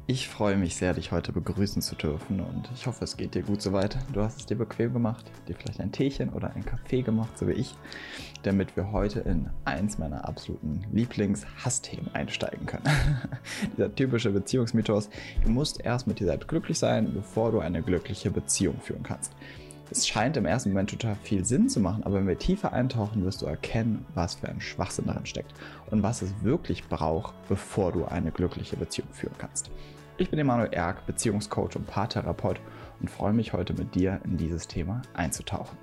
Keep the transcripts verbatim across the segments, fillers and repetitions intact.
Ich freue mich sehr, dich heute begrüßen zu dürfen und ich hoffe, es geht dir gut soweit. Du hast es dir bequem gemacht, dir vielleicht ein Teechen oder ein Kaffee gemacht, so wie ich, damit wir heute in eins meiner absoluten Lieblings-Hassthemen einsteigen können. Dieser typische Beziehungsmythos: Du musst erst mit dir selbst glücklich sein, bevor du eine glückliche Beziehung führen kannst. Es scheint im ersten Moment total viel Sinn zu machen, aber wenn wir tiefer eintauchen, wirst du erkennen, was für ein Schwachsinn darin steckt und was es wirklich braucht, bevor du eine glückliche Beziehung führen kannst. Ich bin Emanuel Erk, Beziehungscoach und Paartherapeut und freue mich heute mit dir in dieses Thema einzutauchen.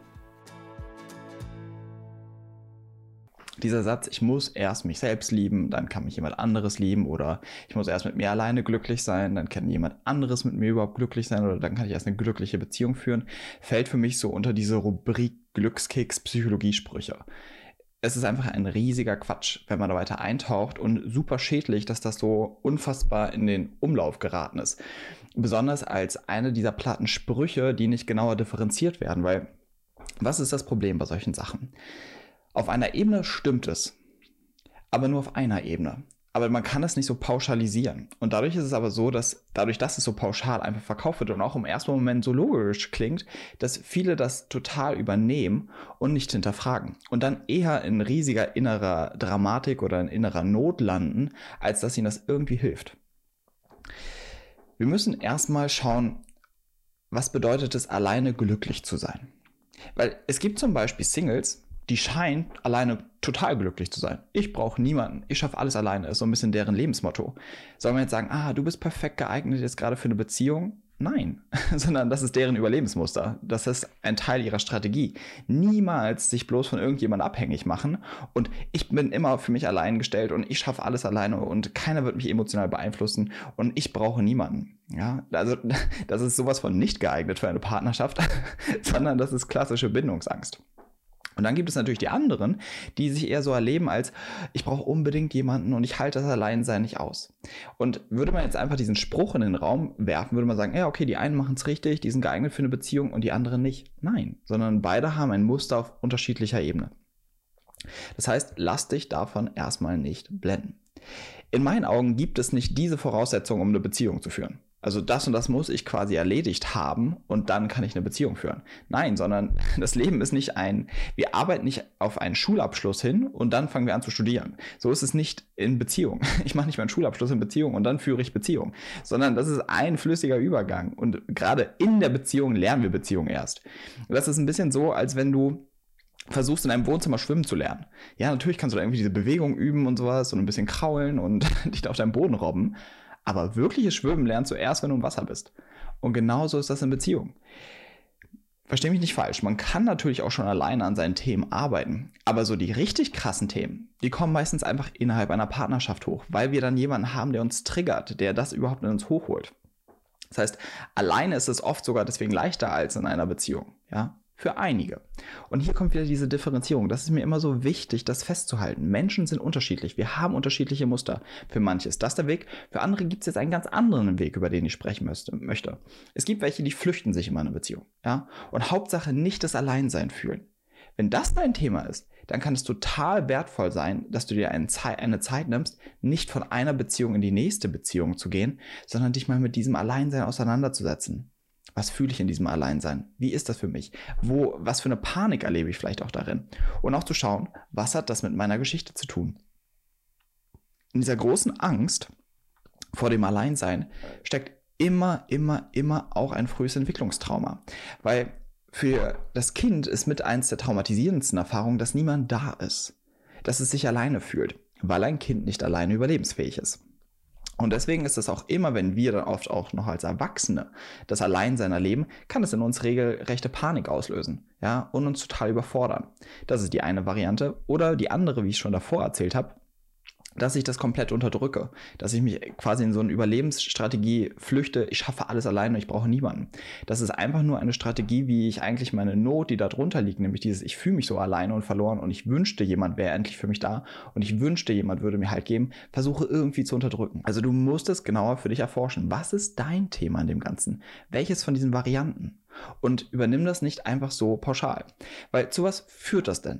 Dieser Satz, ich muss erst mich selbst lieben, dann kann mich jemand anderes lieben, oder ich muss erst mit mir alleine glücklich sein, dann kann jemand anderes mit mir überhaupt glücklich sein, oder dann kann ich erst eine glückliche Beziehung führen, fällt für mich so unter diese Rubrik Glückskeks-Psychologiesprüche. Es ist einfach ein riesiger Quatsch, wenn man da weiter eintaucht, und super schädlich, dass das so unfassbar in den Umlauf geraten ist. Besonders als eine dieser platten Sprüche, die nicht genauer differenziert werden, weil was ist das Problem bei solchen Sachen? Auf einer Ebene stimmt es, aber nur auf einer Ebene. Aber man kann das nicht so pauschalisieren. Und dadurch ist es aber so, dass dadurch, dass es so pauschal einfach verkauft wird und auch im ersten Moment so logisch klingt, dass viele das total übernehmen und nicht hinterfragen. Und dann eher in riesiger innerer Dramatik oder in innerer Not landen, als dass ihnen das irgendwie hilft. Wir müssen erstmal schauen, was bedeutet es, alleine glücklich zu sein? Weil es gibt zum Beispiel Singles, die scheinen alleine total glücklich zu sein. Ich brauche niemanden, ich schaffe alles alleine, ist so ein bisschen deren Lebensmotto. Soll man jetzt sagen, ah, du bist perfekt geeignet jetzt gerade für eine Beziehung? Nein, sondern das ist deren Überlebensmuster. Das ist ein Teil ihrer Strategie. Niemals sich bloß von irgendjemandem abhängig machen und ich bin immer für mich allein gestellt und ich schaffe alles alleine und keiner wird mich emotional beeinflussen und ich brauche niemanden. Ja, also das ist sowas von nicht geeignet für eine Partnerschaft, sondern das ist klassische Bindungsangst. Und dann gibt es natürlich die anderen, die sich eher so erleben als, ich brauche unbedingt jemanden und ich halte das Alleinsein nicht aus. Und würde man jetzt einfach diesen Spruch in den Raum werfen, würde man sagen, ja okay, die einen machen es richtig, die sind geeignet für eine Beziehung und die anderen nicht. Nein, sondern beide haben ein Muster auf unterschiedlicher Ebene. Das heißt, lass dich davon erstmal nicht blenden. In meinen Augen gibt es nicht diese Voraussetzung, um eine Beziehung zu führen. Also das und das muss ich quasi erledigt haben und dann kann ich eine Beziehung führen. Nein, sondern das Leben ist nicht ein, wir arbeiten nicht auf einen Schulabschluss hin und dann fangen wir an zu studieren. So ist es nicht in Beziehung. Ich mache nicht meinen Schulabschluss in Beziehung und dann führe ich Beziehung, sondern das ist ein flüssiger Übergang. Und gerade in der Beziehung lernen wir Beziehung erst. Und das ist ein bisschen so, als wenn du versuchst in einem Wohnzimmer schwimmen zu lernen. Ja, natürlich kannst du da irgendwie diese Bewegung üben und sowas und ein bisschen kraulen und dich da auf deinem Boden robben. Aber wirkliches Schwimmen lernst du erst, wenn du im Wasser bist. Und genauso ist das in Beziehungen. Versteh mich nicht falsch, man kann natürlich auch schon alleine an seinen Themen arbeiten. Aber so die richtig krassen Themen, die kommen meistens einfach innerhalb einer Partnerschaft hoch, weil wir dann jemanden haben, der uns triggert, der das überhaupt in uns hochholt. Das heißt, alleine ist es oft sogar deswegen leichter als in einer Beziehung, ja? Für einige. Und hier kommt wieder diese Differenzierung. Das ist mir immer so wichtig, das festzuhalten. Menschen sind unterschiedlich. Wir haben unterschiedliche Muster. Für manche ist das der Weg. Für andere gibt es jetzt einen ganz anderen Weg, über den ich sprechen müsste, möchte. Es gibt welche, die flüchten sich in eine Beziehung. Ja? Und Hauptsache nicht das Alleinsein fühlen. Wenn das dein Thema ist, dann kann es total wertvoll sein, dass du dir eine Zeit, eine Zeit nimmst, nicht von einer Beziehung in die nächste Beziehung zu gehen, sondern dich mal mit diesem Alleinsein auseinanderzusetzen. Was fühle ich in diesem Alleinsein? Wie ist das für mich? Wo, was für eine Panik erlebe ich vielleicht auch darin? Und auch zu schauen, was hat das mit meiner Geschichte zu tun? In dieser großen Angst vor dem Alleinsein steckt immer, immer, immer auch ein frühes Entwicklungstrauma. Weil für das Kind ist mit eins der traumatisierendsten Erfahrungen, dass niemand da ist. Dass es sich alleine fühlt, weil ein Kind nicht alleine überlebensfähig ist. Und deswegen ist es auch immer, wenn wir dann oft auch noch als Erwachsene das Alleinsein erleben, kann es in uns regelrechte Panik auslösen, ja, und uns total überfordern. Das ist die eine Variante. Oder die andere, wie ich schon davor erzählt habe, dass ich das komplett unterdrücke, dass ich mich quasi in so eine Überlebensstrategie flüchte, ich schaffe alles alleine, ich brauche niemanden. Das ist einfach nur eine Strategie, wie ich eigentlich meine Not, die da drunter liegt, nämlich dieses, ich fühle mich so alleine und verloren und ich wünschte, jemand wäre endlich für mich da und ich wünschte, jemand würde mir Halt geben, versuche irgendwie zu unterdrücken. Also du musst es genauer für dich erforschen. Was ist dein Thema in dem Ganzen? Welches von diesen Varianten? Und übernimm das nicht einfach so pauschal. Weil zu was führt das denn?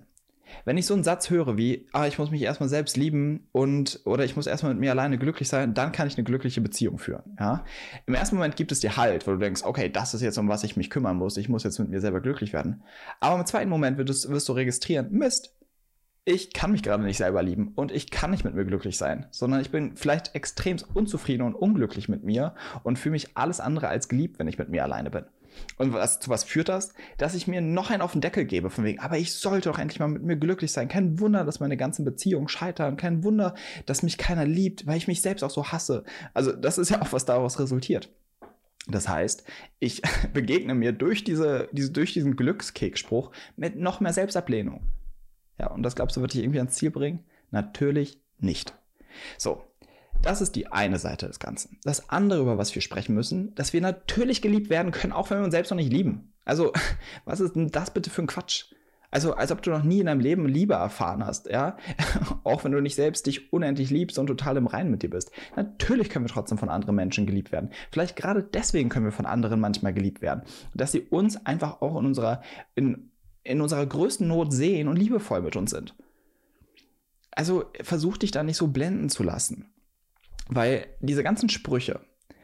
Wenn ich so einen Satz höre wie, ah, ich muss mich erstmal selbst lieben und oder ich muss erstmal mit mir alleine glücklich sein, dann kann ich eine glückliche Beziehung führen. Ja? Im ersten Moment gibt es dir Halt, wo du denkst, okay, das ist jetzt, um was ich mich kümmern muss, ich muss jetzt mit mir selber glücklich werden. Aber im zweiten Moment wirst, wirst du registrieren, Mist, ich kann mich gerade nicht selber lieben und ich kann nicht mit mir glücklich sein, sondern ich bin vielleicht extrem unzufrieden und unglücklich mit mir und fühle mich alles andere als geliebt, wenn ich mit mir alleine bin. Und was, zu was führt das? Dass ich mir noch einen auf den Deckel gebe, von wegen, aber ich sollte doch endlich mal mit mir glücklich sein. Kein Wunder, dass meine ganzen Beziehungen scheitern. Kein Wunder, dass mich keiner liebt, weil ich mich selbst auch so hasse. Also das ist ja auch, was daraus resultiert. Das heißt, ich begegne mir durch, diese, diese, durch diesen Glückskekspruch mit noch mehr Selbstablehnung. Ja, und das glaubst du, wird dich irgendwie ans Ziel bringen? Natürlich nicht. So. Das ist die eine Seite des Ganzen. Das andere, über was wir sprechen müssen, dass wir natürlich geliebt werden können, auch wenn wir uns selbst noch nicht lieben. Also, was ist denn das bitte für ein Quatsch? Also, als ob du noch nie in deinem Leben Liebe erfahren hast, ja? Auch wenn du nicht selbst dich unendlich liebst und total im Reinen mit dir bist. Natürlich können wir trotzdem von anderen Menschen geliebt werden. Vielleicht gerade deswegen können wir von anderen manchmal geliebt werden. Dass sie uns einfach auch in unserer, in, in unserer größten Not sehen und liebevoll mit uns sind. Also, versuch dich da nicht so blenden zu lassen. Weil diese ganzen Sprüche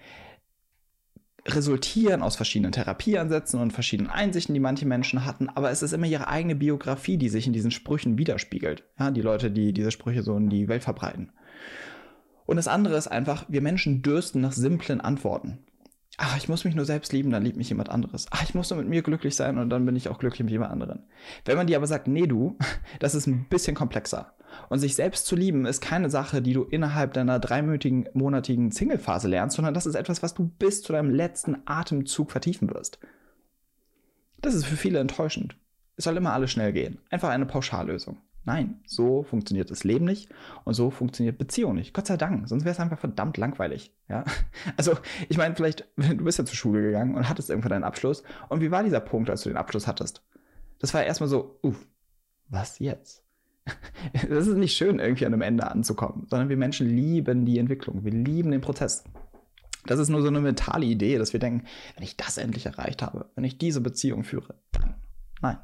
resultieren aus verschiedenen Therapieansätzen und verschiedenen Einsichten, die manche Menschen hatten, aber es ist immer ihre eigene Biografie, die sich in diesen Sprüchen widerspiegelt. Ja, die Leute, die diese Sprüche so in die Welt verbreiten. Und das andere ist einfach, wir Menschen dürsten nach simplen Antworten. Ach, ich muss mich nur selbst lieben, dann liebt mich jemand anderes. Ach, ich muss nur mit mir glücklich sein und dann bin ich auch glücklich mit jemand anderen. Wenn man dir aber sagt, nee du, das ist ein bisschen komplexer. Und sich selbst zu lieben ist keine Sache, die du innerhalb deiner dreimonatigen monatigen Single-Phase lernst, sondern das ist etwas, was du bis zu deinem letzten Atemzug vertiefen wirst. Das ist für viele enttäuschend. Es soll immer alles schnell gehen. Einfach eine Pauschallösung. Nein, so funktioniert das Leben nicht und so funktioniert Beziehung nicht. Gott sei Dank, sonst wäre es einfach verdammt langweilig. Ja? Also, ich meine, vielleicht, du bist ja zur Schule gegangen und hattest irgendwann deinen Abschluss. Und wie war dieser Punkt, als du den Abschluss hattest? Das war erstmal so, uh, was jetzt? Das ist nicht schön, irgendwie an einem Ende anzukommen, sondern wir Menschen lieben die Entwicklung, wir lieben den Prozess. Das ist nur so eine mentale Idee, dass wir denken, wenn ich das endlich erreicht habe, wenn ich diese Beziehung führe, dann nein.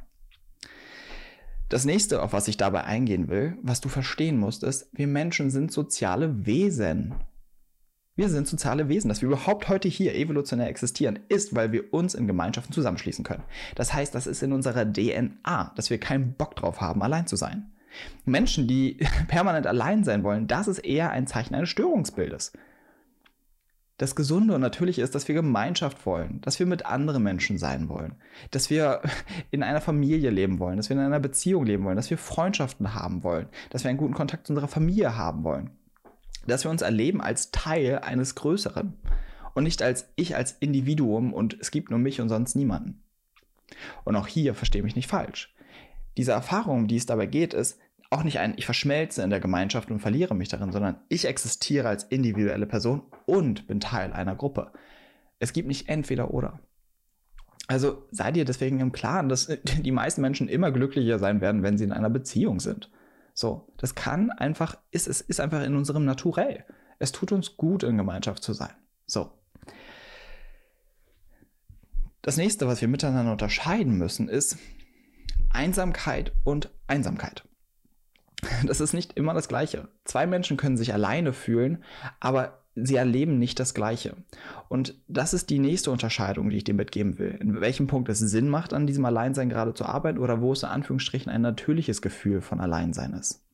Das nächste, auf was ich dabei eingehen will, was du verstehen musst, ist, wir Menschen sind soziale Wesen. Wir sind soziale Wesen. Dass wir überhaupt heute hier evolutionär existieren, ist, weil wir uns in Gemeinschaften zusammenschließen können. Das heißt, das ist in unserer D N A, dass wir keinen Bock drauf haben, allein zu sein. Menschen, die permanent allein sein wollen, das ist eher ein Zeichen eines Störungsbildes. Das Gesunde und Natürliche ist, dass wir Gemeinschaft wollen, dass wir mit anderen Menschen sein wollen, dass wir in einer Familie leben wollen, dass wir in einer Beziehung leben wollen, dass wir Freundschaften haben wollen, dass wir einen guten Kontakt zu unserer Familie haben wollen, dass wir uns erleben als Teil eines Größeren und nicht als ich als Individuum und es gibt nur mich und sonst niemanden. Und auch hier verstehe mich nicht falsch. Diese Erfahrung, um die es dabei geht, ist auch nicht ein, ich verschmelze in der Gemeinschaft und verliere mich darin, sondern ich existiere als individuelle Person und bin Teil einer Gruppe. Es gibt nicht entweder oder. Also sei dir deswegen im Klaren, dass die meisten Menschen immer glücklicher sein werden, wenn sie in einer Beziehung sind. So, das kann einfach, ist, es ist einfach in unserem Naturell. Es tut uns gut, in Gemeinschaft zu sein. So. Das nächste, was wir miteinander unterscheiden müssen, ist Einsamkeit und Einsamkeit. Das ist nicht immer das Gleiche. Zwei Menschen können sich alleine fühlen, aber sie erleben nicht das Gleiche. Und das ist die nächste Unterscheidung, die ich dir mitgeben will. In welchem Punkt es Sinn macht, an diesem Alleinsein gerade zu arbeiten oder wo es in Anführungsstrichen ein natürliches Gefühl von Alleinsein ist.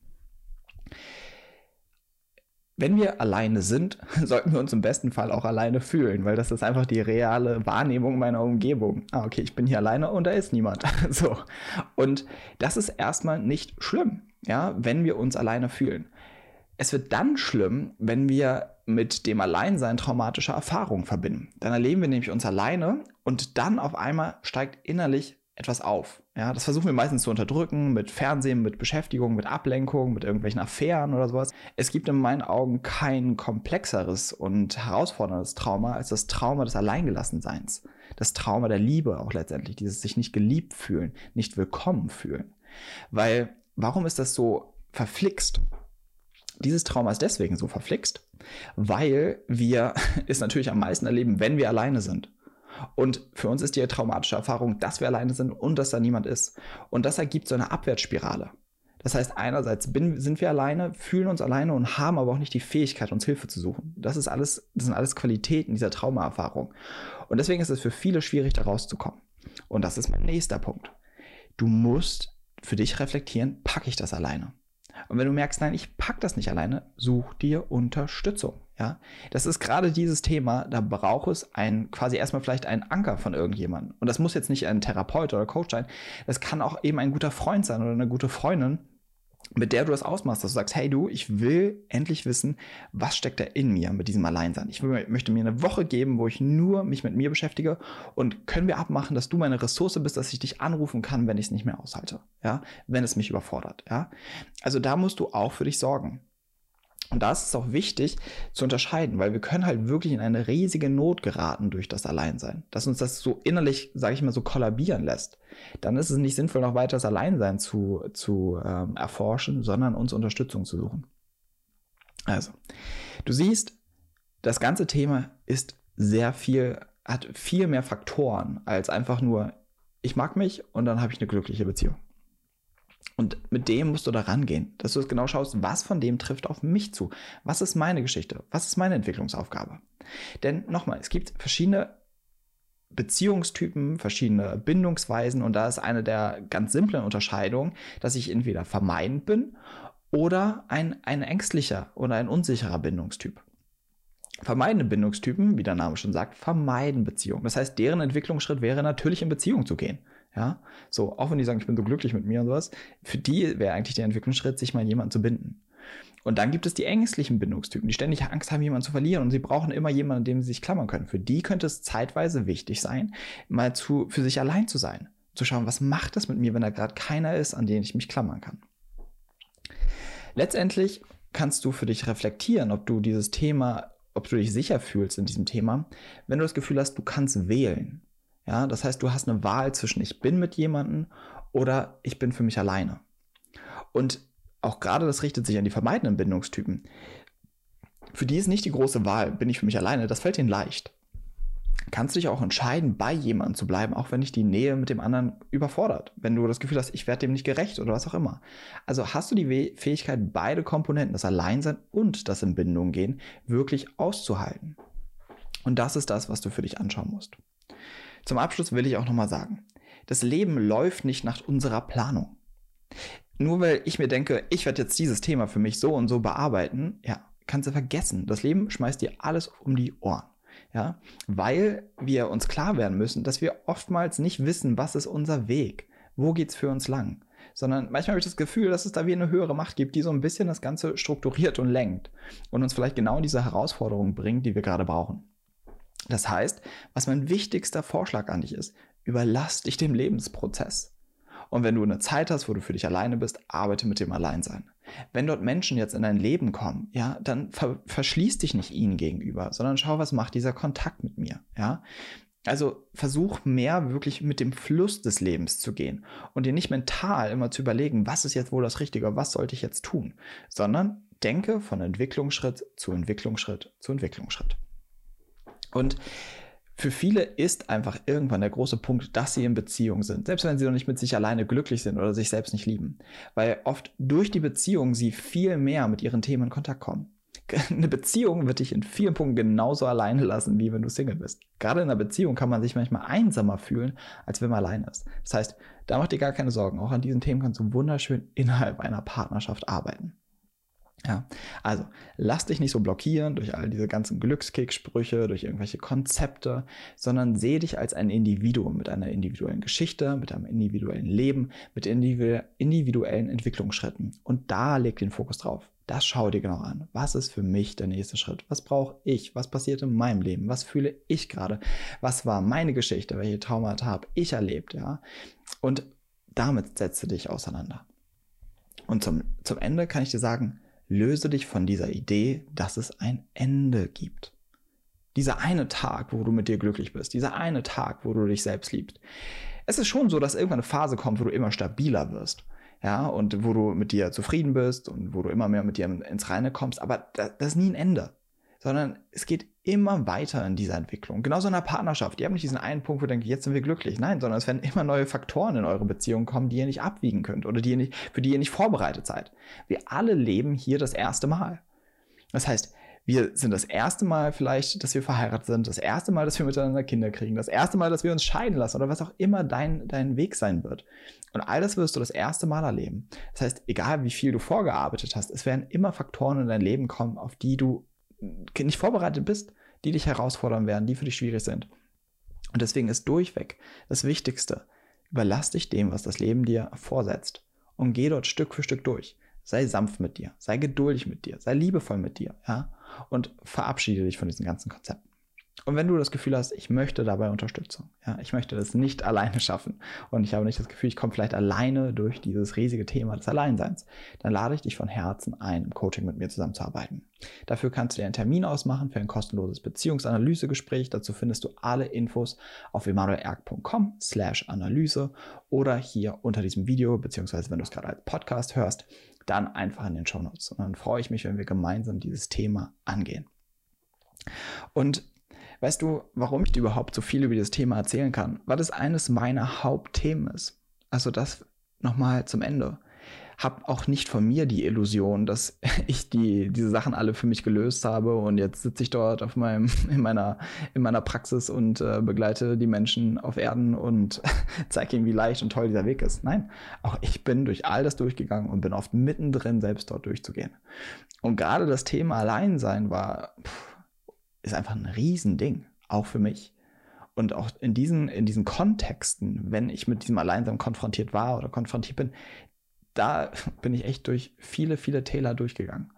Wenn wir alleine sind, sollten wir uns im besten Fall auch alleine fühlen, weil das ist einfach die reale Wahrnehmung meiner Umgebung. Ah, okay, ich bin hier alleine und da ist niemand. So. Und das ist erstmal nicht schlimm, ja, wenn wir uns alleine fühlen. Es wird dann schlimm, wenn wir mit dem Alleinsein traumatische Erfahrungen verbinden. Dann erleben wir nämlich uns alleine und dann auf einmal steigt innerlich etwas auf. Ja, das versuchen wir meistens zu unterdrücken mit Fernsehen, mit Beschäftigung, mit Ablenkung, mit irgendwelchen Affären oder sowas. Es gibt in meinen Augen kein komplexeres und herausforderndes Trauma als das Trauma des Alleingelassenseins. Das Trauma der Liebe auch letztendlich, dieses sich nicht geliebt fühlen, nicht willkommen fühlen. Weil, warum ist das so verflixt? Dieses Trauma ist deswegen so verflixt, weil wir es natürlich am meisten erleben, wenn wir alleine sind. Und für uns ist die traumatische Erfahrung, dass wir alleine sind und dass da niemand ist. Und das ergibt so eine Abwärtsspirale. Das heißt, einerseits bin, sind wir alleine, fühlen uns alleine und haben aber auch nicht die Fähigkeit, uns Hilfe zu suchen. Das ist alles, das sind alles Qualitäten dieser Traumaerfahrung. Und deswegen ist es für viele schwierig, da rauszukommen. Und das ist mein nächster Punkt. Du musst für dich reflektieren, packe ich das alleine? Und wenn du merkst, nein, ich packe das nicht alleine, such dir Unterstützung. Ja? Das ist gerade dieses Thema, da braucht es ein, quasi erstmal vielleicht einen Anker von irgendjemandem. Und das muss jetzt nicht ein Therapeut oder Coach sein, das kann auch eben ein guter Freund sein oder eine gute Freundin, mit der du das ausmachst, dass du sagst, hey du, ich will endlich wissen, was steckt da in mir mit diesem Alleinsein. Ich will, möchte mir eine Woche geben, wo ich nur mich mit mir beschäftige und können wir abmachen, dass du meine Ressource bist, dass ich dich anrufen kann, wenn ich es nicht mehr aushalte, ja, wenn es mich überfordert, ja. Also da musst du auch für dich sorgen. Und das ist auch wichtig zu unterscheiden, weil wir können halt wirklich in eine riesige Not geraten durch das Alleinsein, dass uns das so innerlich, sage ich mal, so kollabieren lässt. Dann ist es nicht sinnvoll, noch weiter das Alleinsein zu, zu ähm, erforschen, sondern uns Unterstützung zu suchen. Also, du siehst, das ganze Thema ist sehr viel, hat viel mehr Faktoren als einfach nur, ich mag mich und dann habe ich eine glückliche Beziehung. Und mit dem musst du da rangehen, dass du genau schaust, was von dem trifft auf mich zu. Was ist meine Geschichte? Was ist meine Entwicklungsaufgabe? Denn nochmal, es gibt verschiedene Beziehungstypen, verschiedene Bindungsweisen und da ist eine der ganz simplen Unterscheidungen, dass ich entweder vermeidend bin oder ein, ein ängstlicher oder ein unsicherer Bindungstyp. Vermeidende Bindungstypen, wie der Name schon sagt, vermeiden Beziehungen. Das heißt, deren Entwicklungsschritt wäre natürlich in Beziehung zu gehen. Ja, so, auch wenn die sagen, ich bin so glücklich mit mir und sowas, für die wäre eigentlich der Entwicklungsschritt, sich mal in jemanden zu binden. Und dann gibt es die ängstlichen Bindungstypen, die ständig Angst haben, jemanden zu verlieren und sie brauchen immer jemanden, an dem sie sich klammern können. Für die könnte es zeitweise wichtig sein, mal zu, für sich allein zu sein. Zu schauen, was macht das mit mir, wenn da gerade keiner ist, an den ich mich klammern kann. Letztendlich kannst du für dich reflektieren, ob du dieses Thema, ob du dich sicher fühlst in diesem Thema, wenn du das Gefühl hast, du kannst wählen. Ja, das heißt, du hast eine Wahl zwischen ich bin mit jemandem oder ich bin für mich alleine. Und auch gerade das richtet sich an die vermeidenden Bindungstypen. Für die ist nicht die große Wahl, bin ich für mich alleine, das fällt ihnen leicht. Kannst du dich auch entscheiden, bei jemandem zu bleiben, auch wenn dich die Nähe mit dem anderen überfordert. Wenn du das Gefühl hast, ich werde dem nicht gerecht oder was auch immer. Also hast du die Fähigkeit, beide Komponenten, das Alleinsein und das in Bindung gehen, wirklich auszuhalten. Und das ist das, was du für dich anschauen musst. Zum Abschluss will ich auch nochmal sagen, das Leben läuft nicht nach unserer Planung. Nur weil ich mir denke, ich werde jetzt dieses Thema für mich so und so bearbeiten, ja, kannst du vergessen. Das Leben schmeißt dir alles um die Ohren. Ja, weil wir uns klar werden müssen, dass wir oftmals nicht wissen, was ist unser Weg, wo geht's für uns lang, sondern manchmal habe ich das Gefühl, dass es da wie eine höhere Macht gibt, die so ein bisschen das Ganze strukturiert und lenkt und uns vielleicht genau in diese Herausforderungen bringt, die wir gerade brauchen. Das heißt, was mein wichtigster Vorschlag an dich ist, überlass dich dem Lebensprozess. Und wenn du eine Zeit hast, wo du für dich alleine bist, arbeite mit dem Alleinsein. Wenn dort Menschen jetzt in dein Leben kommen, ja, dann ver- verschließ dich nicht ihnen gegenüber, sondern schau, was macht dieser Kontakt mit mir, ja. Also versuch mehr wirklich mit dem Fluss des Lebens zu gehen und dir nicht mental immer zu überlegen, was ist jetzt wohl das Richtige, was sollte ich jetzt tun, sondern denke von Entwicklungsschritt zu Entwicklungsschritt zu Entwicklungsschritt. Und für viele ist einfach irgendwann der große Punkt, dass sie in Beziehung sind, selbst wenn sie noch nicht mit sich alleine glücklich sind oder sich selbst nicht lieben, weil oft durch die Beziehung sie viel mehr mit ihren Themen in Kontakt kommen. Eine Beziehung wird dich in vielen Punkten genauso alleine lassen, wie wenn du Single bist. Gerade in einer Beziehung kann man sich manchmal einsamer fühlen, als wenn man alleine ist. Das heißt, da mach dir gar keine Sorgen. Auch an diesen Themen kannst du wunderschön innerhalb einer Partnerschaft arbeiten. Ja, also lass dich nicht so blockieren durch all diese ganzen Glückskicksprüche, durch irgendwelche Konzepte, sondern sehe dich als ein Individuum mit einer individuellen Geschichte, mit einem individuellen Leben, mit individuellen Entwicklungsschritten. Und da leg den Fokus drauf. Das schau dir genau an. Was ist für mich der nächste Schritt? Was brauche ich? Was passiert in meinem Leben? Was fühle ich gerade? Was war meine Geschichte? Welche Traumata habe ich erlebt? Ja? Und damit setze dich auseinander. Und zum, zum Ende kann ich dir sagen, löse dich von dieser Idee, dass es ein Ende gibt. Dieser eine Tag, wo du mit dir glücklich bist, dieser eine Tag, wo du dich selbst liebst. Es ist schon so, dass irgendwann eine Phase kommt, wo du immer stabiler wirst, ja, und wo du mit dir zufrieden bist und wo du immer mehr mit dir ins Reine kommst, aber das, das ist nie ein Ende, sondern es geht immer weiter in dieser Entwicklung. Genauso in einer Partnerschaft. Ihr habt nicht diesen einen Punkt, wo ihr denkt, jetzt sind wir glücklich. Nein, sondern es werden immer neue Faktoren in eure Beziehung kommen, die ihr nicht abwiegen könnt oder die ihr nicht, für die ihr nicht vorbereitet seid. Wir alle leben hier das erste Mal. Das heißt, wir sind das erste Mal vielleicht, dass wir verheiratet sind, das erste Mal, dass wir miteinander Kinder kriegen, das erste Mal, dass wir uns scheiden lassen oder was auch immer dein, dein Weg sein wird. Und all das wirst du das erste Mal erleben. Das heißt, egal wie viel du vorgearbeitet hast, es werden immer Faktoren in dein Leben kommen, auf die du nicht vorbereitet bist, die dich herausfordern werden, die für dich schwierig sind. Und deswegen ist durchweg das Wichtigste, überlass dich dem, was das Leben dir vorsetzt und geh dort Stück für Stück durch. Sei sanft mit dir, sei geduldig mit dir, sei liebevoll mit dir, ja, und verabschiede dich von diesen ganzen Konzepten. Und wenn du das Gefühl hast, ich möchte dabei Unterstützung, ja, ich möchte das nicht alleine schaffen und ich habe nicht das Gefühl, ich komme vielleicht alleine durch dieses riesige Thema des Alleinseins, dann lade ich dich von Herzen ein, im Coaching mit mir zusammenzuarbeiten. Dafür kannst du dir einen Termin ausmachen für ein kostenloses Beziehungsanalysegespräch. Dazu findest du alle Infos auf emanuelerg punkt com slash Analyse oder hier unter diesem Video, beziehungsweise wenn du es gerade als Podcast hörst, dann einfach in den Shownotes. Und dann freue ich mich, wenn wir gemeinsam dieses Thema angehen. Und weißt du, warum ich dir überhaupt so viel über dieses Thema erzählen kann? Weil es eines meiner Hauptthemen ist. Also das nochmal zum Ende. Hab auch nicht von mir die Illusion, dass ich die, diese Sachen alle für mich gelöst habe und jetzt sitze ich dort auf meinem, in, meiner, in meiner Praxis und äh, begleite die Menschen auf Erden und zeige ihnen, wie leicht und toll dieser Weg ist. Nein, auch ich bin durch all das durchgegangen und bin oft mittendrin, selbst dort durchzugehen. Und gerade das Thema Alleinsein war, pff, ist einfach ein Riesending, auch für mich. Und auch in diesen, in diesen Kontexten, wenn ich mit diesem Alleinsein konfrontiert war oder konfrontiert bin, da bin ich echt durch viele, viele Täler durchgegangen.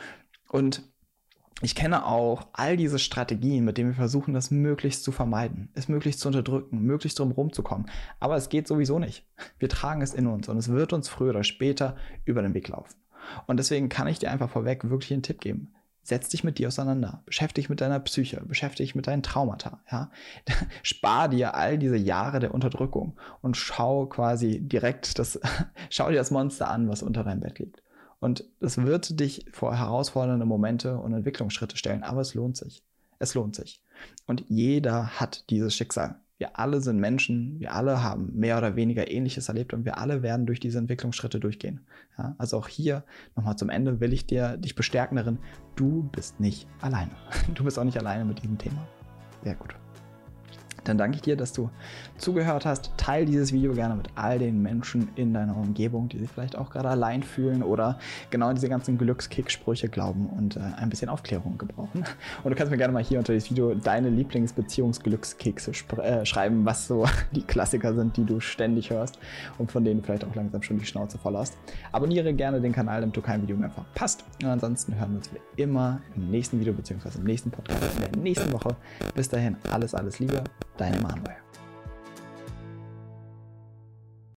Und ich kenne auch all diese Strategien, mit denen wir versuchen, das möglichst zu vermeiden, es möglichst zu unterdrücken, möglichst drum rumzukommen. Aber es geht sowieso nicht. Wir tragen es in uns und es wird uns früher oder später über den Weg laufen. Und deswegen kann ich dir einfach vorweg wirklich einen Tipp geben. Setz dich mit dir auseinander, beschäftige dich mit deiner Psyche, beschäftige dich mit deinen Traumata, ja. Spar dir all diese Jahre der Unterdrückung und schau quasi direkt das, schau dir das Monster an, was unter deinem Bett liegt. Und es wird dich vor herausfordernde Momente und Entwicklungsschritte stellen, aber es lohnt sich. Es lohnt sich. Und jeder hat dieses Schicksal. Wir alle sind Menschen, wir alle haben mehr oder weniger Ähnliches erlebt und wir alle werden durch diese Entwicklungsschritte durchgehen. Ja, also auch hier nochmal zum Ende will ich dir dich bestärken darin, du bist nicht alleine. Du bist auch nicht alleine mit diesem Thema. Sehr gut. Dann danke ich dir, dass du zugehört hast. Teil dieses Video gerne mit all den Menschen in deiner Umgebung, die sich vielleicht auch gerade allein fühlen oder genau diese ganzen Glückskicksprüche glauben und äh, ein bisschen Aufklärung gebrauchen. Und du kannst mir gerne mal hier unter dieses Video deine Lieblingsbeziehungsglückskekse äh, schreiben, was so die Klassiker sind, die du ständig hörst und von denen du vielleicht auch langsam schon die Schnauze voll hast. Abonniere gerne den Kanal, damit du kein Video mehr verpasst. Und ansonsten hören wir uns wie immer im nächsten Video bzw. im nächsten Podcast in der nächsten Woche. Bis dahin, alles, alles Liebe. Dein Emanuel.